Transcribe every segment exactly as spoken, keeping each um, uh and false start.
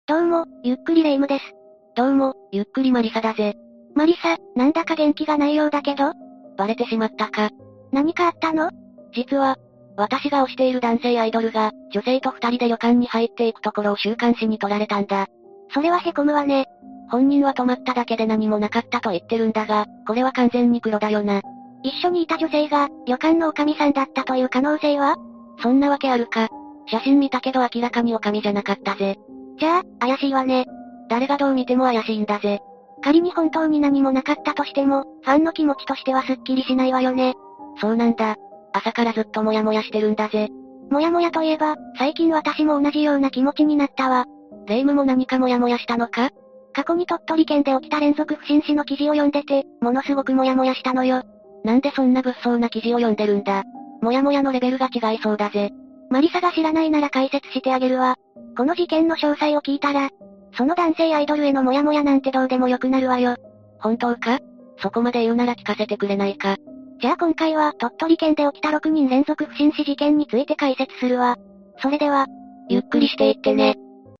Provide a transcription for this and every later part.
どうも、ゆっくりレ夢ムです。 どうも、ゆっくりマリサだぜ。 マリサ、なんだか元気がないようだけど。 バレてしまったか。 何かあったの？ 実は、私が推している男性アイドルが、女性と二人で旅館に入っていくところを週刊誌に撮られたんだ。 それはへこむわね。 本人は泊まっただけで何もなかったと言ってるんだが、これは完全に黒だよな。 一緒にいた女性が、旅館の女将さんだったという可能性は？ そんなわけあるか。写真見たけど明らかに女将じゃなかったぜ。 じゃあ、怪しいわね。 誰がどう見ても怪しいんだぜ。 仮に本当に何もなかったとしても、ファンの気持ちとしてはすっきりしないわよね。 そうなんだ。朝からずっとモヤモヤしてるんだぜ。 モヤモヤといえば、最近私も同じような気持ちになったわ。 レ夢ムも何かモヤモヤしたのか？ 過去に鳥取県で起きた連続不審死の記事を読んでて、ものすごくモヤモヤしたのよ。 なんでそんな物騒な記事を読んでるんだ？モヤモヤのレベルが違いそうだぜ。 マリサが知らないなら解説してあげるわ。この事件の詳細を聞いたら、その男性アイドルへのモヤモヤなんてどうでもよくなるわよ。 本当か？そこまで言うなら聞かせてくれないか。 じゃあ今回は鳥取県で起きたろくにん連続不審死事件について解説するわ。それでは、 ゆっくりしていってね。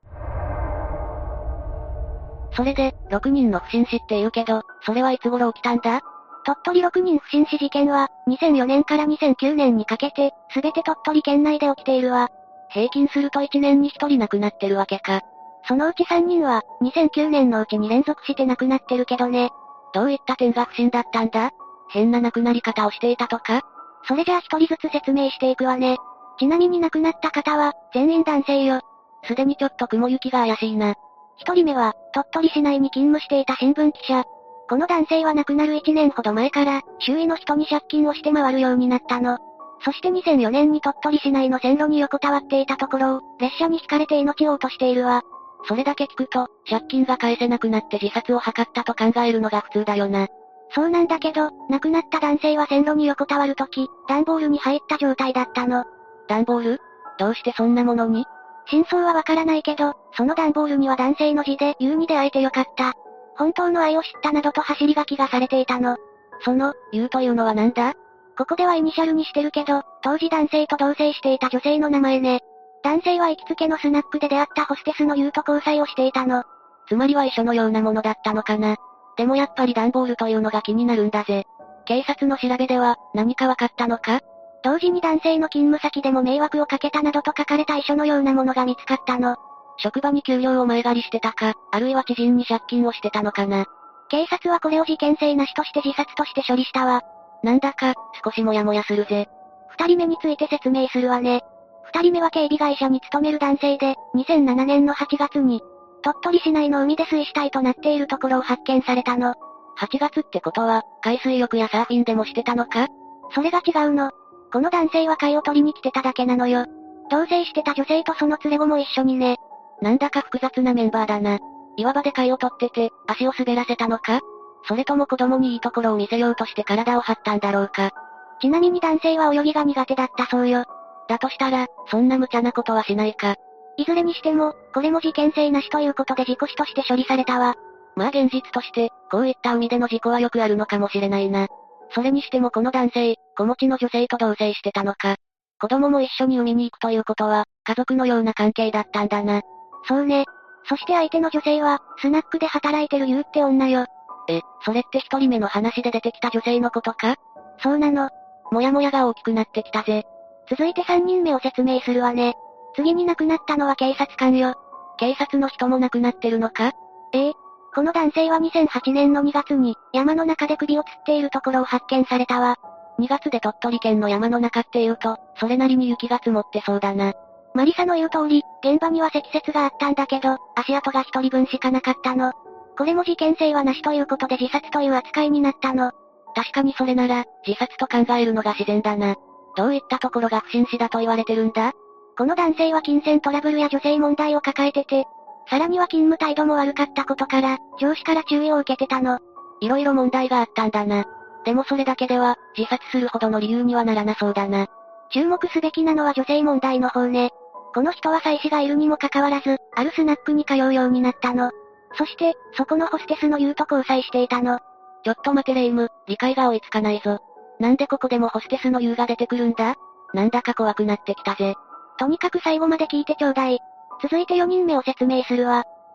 それで、ろくにんの不審死って言うけど、それはいつ頃起きたんだ？ 鳥取ろくにん不審死事件は、にせんよねんからにせんきゅうねんにかけて、すべて鳥取県内で起きているわ。 平均するといちねんにひとり亡くなってるわけか。 そのうちさんにんは、にせんきゅうねんのうちに連続して亡くなってるけどね。 どういった点が不審だったんだ？変な亡くなり方をしていたとか？ それじゃあ一人ずつ説明していくわね。ちなみに亡くなった方は、全員男性よ。 すでにちょっと雲行きが怪しいな。 一人目は、鳥取市内に勤務していた新聞記者。この男性は亡くなるいちねんほど前から、周囲の人に借金をして回るようになったの。そしてにせんよねんに鳥取市内の線路に横たわっていたところを、列車にひかれて命を落としているわ。 それだけ聞くと、借金が返せなくなって自殺を図ったと考えるのが普通だよな。 そうなんだけど、亡くなった男性は線路に横たわるとき、段ボールに入った状態だったの。 段ボール？どうしてそんなものに？ 真相はわからないけど、その段ボールには男性の字で、優に出会えてよかった。本当の愛を知ったなどと走り書きがされていたの。 その、優というのはなんだ？ ここではイニシャルにしてるけど、当時男性と同棲していた女性の名前ね。男性は行きつけのスナックで出会ったホステスの優と交際をしていたの。 つまりは遺書のようなものだったのかな。でもやっぱり段ボールというのが気になるんだぜ。警察の調べでは、何かわかったのか？ 同時に男性の勤務先でも迷惑をかけたなどと書かれた遺書のようなものが見つかったの。 職場に給料を前借りしてたか、あるいは知人に借金をしてたのかな。 警察はこれを事件性なしとして自殺として処理したわ。 なんだか、少しモヤモヤするぜ。 二人目について説明するわね。二人目は警備会社に勤める男性で、にせんななねんのはちがつに、鳥取市内の海で水死体となっているところを発見されたの。 はちがつってことは、海水浴やサーフィンでもしてたのか？ それが違うの。この男性は貝を取りに来てただけなのよ。同棲してた女性とその連れ子も一緒にね。 なんだか複雑なメンバーだな。岩場で貝を取ってて、足を滑らせたのか？それとも子供にいいところを見せようとして体を張ったんだろうか。 ちなみに男性は泳ぎが苦手だったそうよ。 だとしたら、そんな無茶なことはしないか。 いずれにしても、これも事件性なしということで事故死として処理されたわ。 まあ現実として、こういった海での事故はよくあるのかもしれないな。それにしてもこの男性、子持ちの女性と同棲してたのか。子供も一緒に海に行くということは、家族のような関係だったんだな。 そうね。そして相手の女性は、スナックで働いてる優って女よ。 え、それって一人目の話で出てきた女性のことか？ そうなの。 もやもやが大きくなってきたぜ。 続いて三人目を説明するわね。次に亡くなったのは警察官よ。 警察の人も亡くなってるのか？ ええ。この男性はにせんはちねんのにがつに、山の中で首を吊っているところを発見されたわ。 にがつで鳥取県の山の中っていうと、それなりに雪が積もってそうだな。 マリサの言う通り、現場には積雪があったんだけど、足跡が一人分しかなかったの。これも事件性はなしということで自殺という扱いになったの。 確かにそれなら、自殺と考えるのが自然だな。どういったところが不審死だと言われてるんだ？ この男性は金銭トラブルや女性問題を抱えてて、さらには勤務態度も悪かったことから、上司から注意を受けてたの。 いろいろ問題があったんだな。でもそれだけでは、自殺するほどの理由にはならなそうだな。 注目すべきなのは女性問題の方ね。この人は妻子がいるにもかかわらず、あるスナックに通うようになったの。そして、そこのホステスの優と交際していたの。 ちょっと待てレ夢ム、理解が追いつかないぞ。なんでここでもホステスの優が出てくるんだ？なんだか怖くなってきたぜ。 とにかく最後まで聞いてちょうだい。続いてよにんめを説明するわ。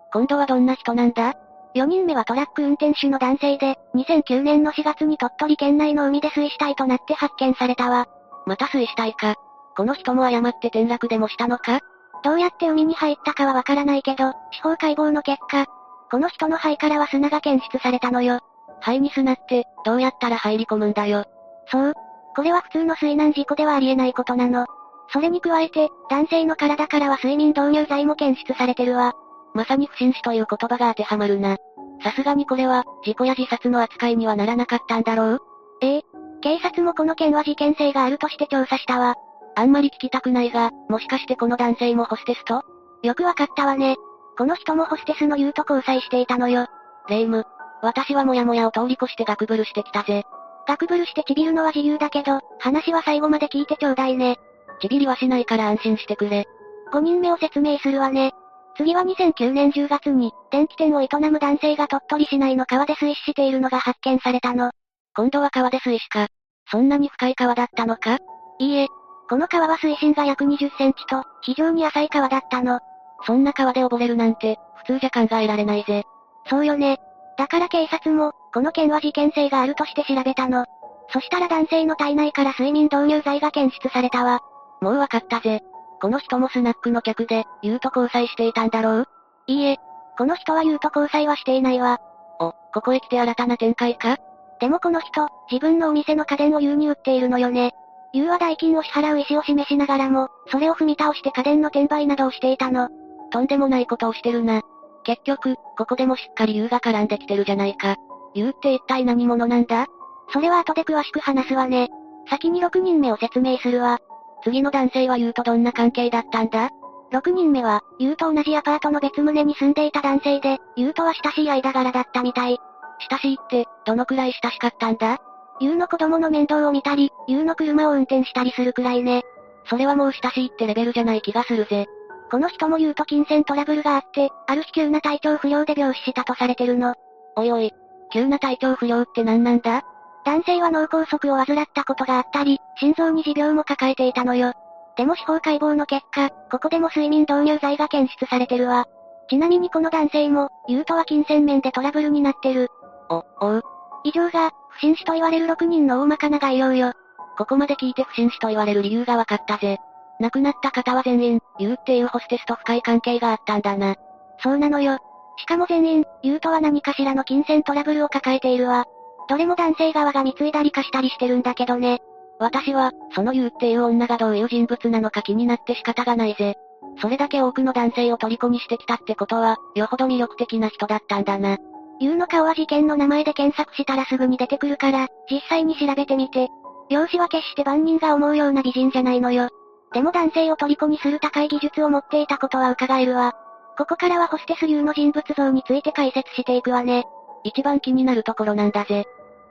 今度はどんな人なんだ？ よにんめはトラック運転手の男性で、にせんきゅうねんのしがつに鳥取県内の海で水死体となって発見されたわ。 また水死体か。この人も誤って転落でもしたのか？ どうやって海に入ったかはわからないけど、司法解剖の結果、この人の肺からは砂が検出されたのよ。 肺に砂って、どうやったら入り込むんだよ。 そう。これは普通の水難事故ではありえないことなの。それに加えて、男性の体からは睡眠導入剤も検出されてるわ。 まさに不審死という言葉が当てはまるな。さすがにこれは、事故や自殺の扱いにはならなかったんだろう？ ええ。警察もこの件は事件性があるとして調査したわ。 あんまり聞きたくないが、もしかしてこの男性もホステスと？ よくわかったわね。この人もホステスの優と交際していたのよ。 レイム。私はモヤモヤを通り越してガクブルしてきたぜ。 ガクブルしてちびるのは自由だけど、話は最後まで聞いてちょうだいね。 ちびりはしないから安心してくれ。 ごにんめを説明するわね。次はにせんきゅうねんじゅうがつに、電気店を営む男性が鳥取市内の川で水死しているのが発見されたの。 今度は川で水死か。そんなに深い川だったのか？ いいえ。この川は水深が約にじゅっセンチと、非常に浅い川だったの。 そんな川で溺れるなんて、普通じゃ考えられないぜ。 そうよね。だから警察も、この件は事件性があるとして調べたの。そしたら男性の体内から睡眠導入剤が検出されたわ。 もうわかったぜ。この人もスナックの客で、優と交際していたんだろう？ いいえ。この人は優と交際はしていないわ。 お、ここへ来て新たな展開か？ でもこの人、自分のお店の家電を優に売っているのよね。優は代金を支払う意思を示しながらも、それを踏み倒して家電の転売などをしていたの。 とんでもないことをしてるな。結局、ここでもしっかり優が絡んできてるじゃないか。優って一体何者なんだ？ それは後で詳しく話すわね。先にろくにんめを説明するわ。 次の男性は優とどんな関係だったんだ？ ろくにんめは、優と同じアパートの別棟に住んでいた男性で、優とは親しい間柄だったみたい。 親しいって、どのくらい親しかったんだ？ 優の子供の面倒を見たり、優の車を運転したりするくらいね。 それはもう親しいってレベルじゃない気がするぜ。 この人も優と金銭トラブルがあって、ある日急な体調不良で病死したとされてるの。 おいおい、急な体調不良って何なんだ？ 男性は脳梗塞を患ったことがあったり、心臓に持病も抱えていたのよ。でも司法解剖の結果、ここでも睡眠導入剤が検出されてるわ。ちなみにこの男性も、優とは金銭面でトラブルになってる。 お、おう。 以上が、不審死と言われるろくにんの大まかな概要よ。 ここまで聞いて不審死と言われる理由がわかったぜ。亡くなった方は全員、優っていうホステスと深い関係があったんだな。 そうなのよ。しかも全員、優とは何かしらの金銭トラブルを抱えているわ。どれも男性側が貢いだり貸したりしてるんだけどね。 私は、その優っていう女がどういう人物なのか気になって仕方がないぜ。それだけ多くの男性を虜にしてきたってことは、よほど魅力的な人だったんだな。 優の顔は事件の名前で検索したらすぐに出てくるから、実際に調べてみて。容姿は決して万人が思うような美人じゃないのよ。でも男性を虜にする高い技術を持っていたことは伺えるわ。ここからはホステス優の人物像について解説していくわね。 一番気になるところなんだぜ。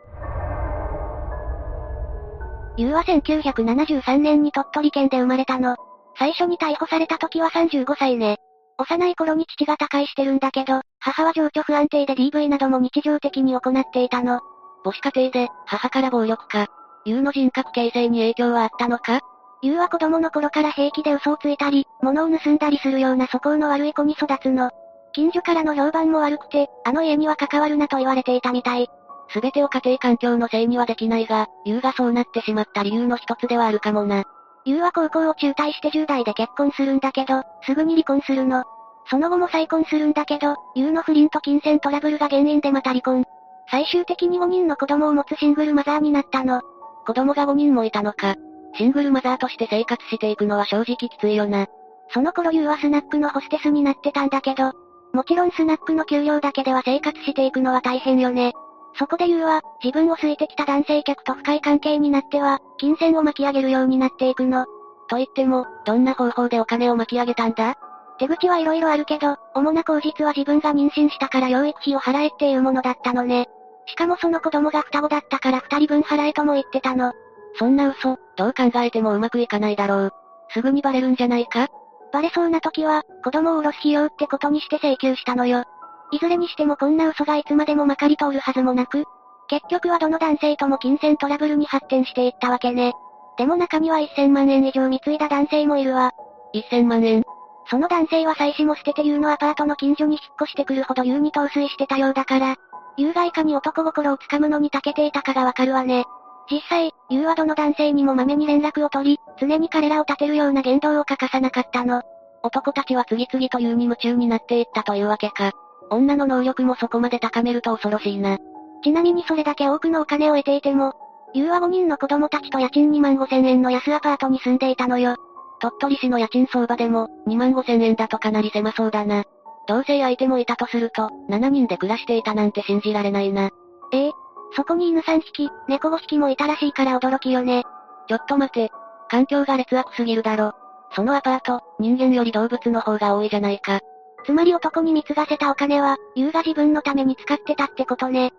優はせんきゅうひゃくななじゅうさんねんに鳥取県で生まれたの。最初に逮捕された時はさんじゅうごさいね。幼い頃に父が他界してるんだけど、母は情緒不安定で ディーブイ なども日常的に行っていたの。 母子家庭で、母から暴力か。優の人格形成に影響はあったのか？ 優は子供の頃から平気で嘘をついたり、物を盗んだりするような素行の悪い子に育つの。近所からの評判も悪くて、あの家には関わるなと言われていたみたい。 すべてを家庭環境のせいにはできないが、優がそうなってしまった理由の一つではあるかもな。 優は高校を中退してじゅう代で結婚するんだけど、すぐに離婚するの。その後も再婚するんだけど、優の不倫と金銭トラブルが原因でまた離婚。最終的にごにんの子供を持つシングルマザーになったの。 子供がごにんもいたのか。シングルマザーとして生活していくのは正直きついよな。 その頃優はスナックのホステスになってたんだけど、もちろんスナックの給料だけでは生活していくのは大変よね。そこで優は、自分を好いてきた男性客と深い関係になっては、金銭を巻き上げるようになっていくの。 と言っても、どんな方法でお金を巻き上げたんだ？ 手口はいろいろあるけど、主な口実は自分が妊娠したから養育費を払えっていうものだったのね。しかもその子供が双子だったから二人分払えとも言ってたの。 そんな嘘、どう考えてもうまくいかないだろう。すぐにバレるんじゃないか？ バレそうな時は、子供を下ろす費用ってことにして請求したのよ。いずれにしてもこんな嘘がいつまでもまかり通るはずもなく、結局はどの男性とも金銭トラブルに発展していったわけね。でも中にはせんまんえん以上貢いだ男性もいるわ。 せんまんえん？ その男性は妻子も捨てて優のアパートの近所に引っ越してくるほど優に陶酔してたようだから、優がいかに男心をつかむのに長けていたかがわかるわね。実際、優はどの男性にもまめに連絡を取り、常に彼らを立てるような言動を欠かさなかったの。 男たちは次々と優に夢中になっていったというわけか。女の能力もそこまで高めると恐ろしいな。 ちなみにそれだけ多くのお金を得ていても、優はごにんの子供たちと家賃にまんごせんえんの安アパートに住んでいたのよ。 鳥取市の家賃相場でも、にまんごせんえんだとかなり狭そうだな。同性相手もいたとすると、しちにんで暮らしていたなんて信じられないな。 ええ、そこに犬さんひき、猫ごひきもいたらしいから驚きよね。 ちょっと待て。環境が劣悪すぎるだろ。そのアパート、人間より動物の方が多いじゃないか。 つまり男に貢がせたお金は、優が自分のために使ってたってことね。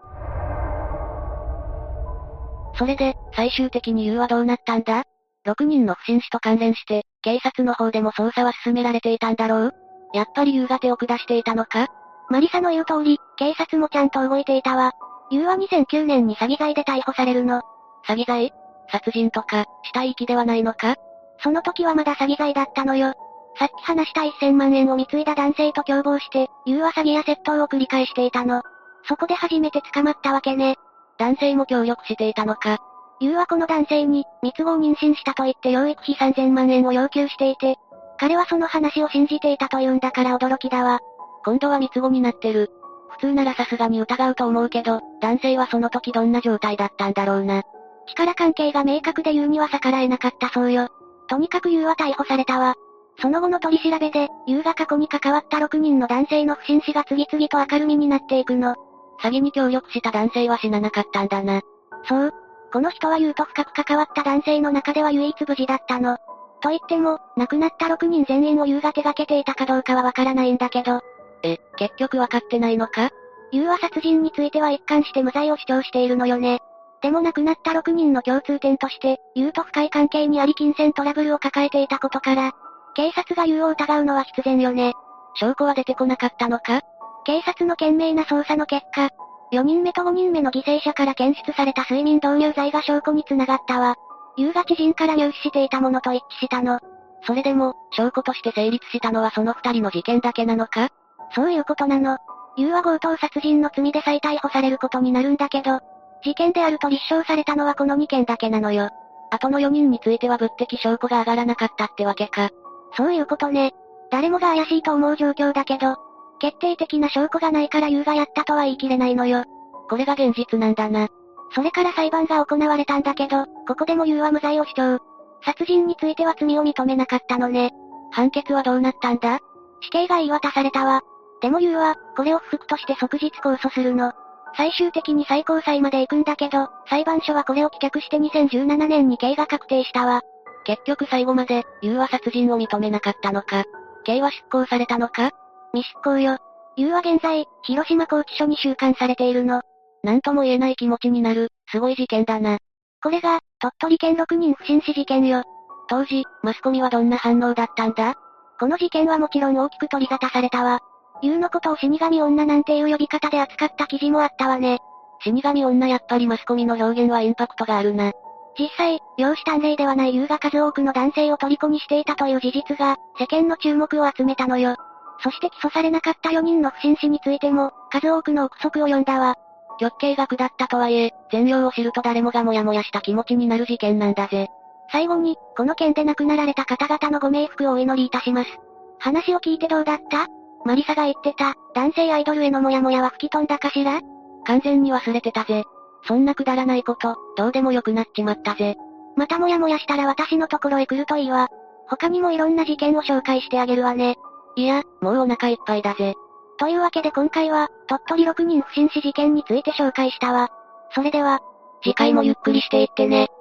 それで、最終的に優はどうなったんだ？ろくにんの不審死と関連して、警察の方でも捜査は進められていたんだろう？やっぱり優が手を下していたのか？ マリサの言う通り、警察もちゃんと動いていたわ。優はにせんきゅうねんに詐欺罪で逮捕されるの。 詐欺罪？殺人とか、死体遺棄ではないのか？ その時はまだ詐欺罪だったのよ。さっき話したせんまんえんを貢いだ男性と共謀して、優は詐欺や窃盗を繰り返していたの。そこで初めて捕まったわけね。 男性も協力していたのか？ 優はこの男性に、密語を妊娠したと言って養育費さんぜんまんえんを要求していて、彼はその話を信じていたというんだから驚きだわ。 今度は密語になってる。普通ならさすがに疑うと思うけど、男性はその時どんな状態だったんだろうな。 力関係が明確で優には逆らえなかったそうよ。とにかく優は逮捕されたわ。その後の取り調べで、優が過去に関わったろくにんの男性の不審死が次々と明るみになっていくの。 詐欺に協力した男性は死ななかったんだな。 そう。この人は優と深く関わった男性の中では唯一無事だったの。と言っても、亡くなったろくにん全員を優が手掛けていたかどうかはわからないんだけど。 え、結局わかってないのか？ 優は殺人については一貫して無罪を主張しているのよね。でも亡くなったろくにんの共通点として、優と深い関係にあり金銭トラブルを抱えていたことから、警察が優を疑うのは必然よね。 証拠は出てこなかったのか？ 警察の懸命な捜査の結果、よにんめとごにんめの犠牲者から検出された睡眠導入剤が証拠につながったわ。優が知人から入手していたものと一致したの。 それでも、証拠として成立したのはその二人の事件だけなのか？ そういうことなの。優は強盗殺人の罪で再逮捕されることになるんだけど、事件であると立証されたのはこのにけんだけなのよ。 あとのよにんについては物的証拠が上がらなかったってわけか。 そういうことね。誰もが怪しいと思う状況だけど、決定的な証拠がないから優がやったとは言い切れないのよ。 これが現実なんだな。 それから裁判が行われたんだけど、ここでも優は無罪を主張。殺人については罪を認めなかったのね。 判決はどうなったんだ？ 死刑が言い渡されたわ。でも優は、これを不服として即日控訴するの。最終的に最高裁まで行くんだけど、裁判所はこれを棄却してにせんじゅうななねんに刑が確定したわ。 結局最後まで、優は殺人を認めなかったのか。刑は執行されたのか？ 未執行よ。優は現在、広島拘置所に収監されているの。 なんとも言えない気持ちになる、すごい事件だな。 これが、鳥取県ろくにん不審死事件よ。 当時、マスコミはどんな反応だったんだ？ この事件はもちろん大きく取り沙汰されたわ。優のことを死神女なんていう呼び方で扱った記事もあったわね。 死神女やっぱりマスコミの表現はインパクトがあるな。 実際、容姿端麗ではない優が数多くの男性を虜にしていたという事実が、世間の注目を集めたのよ。そして起訴されなかったよにんの不審死についても、数多くの憶測を呼んだわ。 極刑が下ったとはいえ、全容を知ると誰もがモヤモヤした気持ちになる事件なんだぜ。 最後に、この件で亡くなられた方々のご冥福をお祈りいたします。話を聞いてどうだった？マリサが言ってた、男性アイドルへのモヤモヤは吹き飛んだかしら？ 完全に忘れてたぜ。そんなくだらないこと、どうでもよくなっちまったぜ。 またモヤモヤしたら私のところへ来るといいわ。他にもいろんな事件を紹介してあげるわね。 いや、もうお腹いっぱいだぜ。 というわけで今回は、鳥取ろくにん不審死事件について紹介したわ。それでは、 次回もゆっくりしていってね。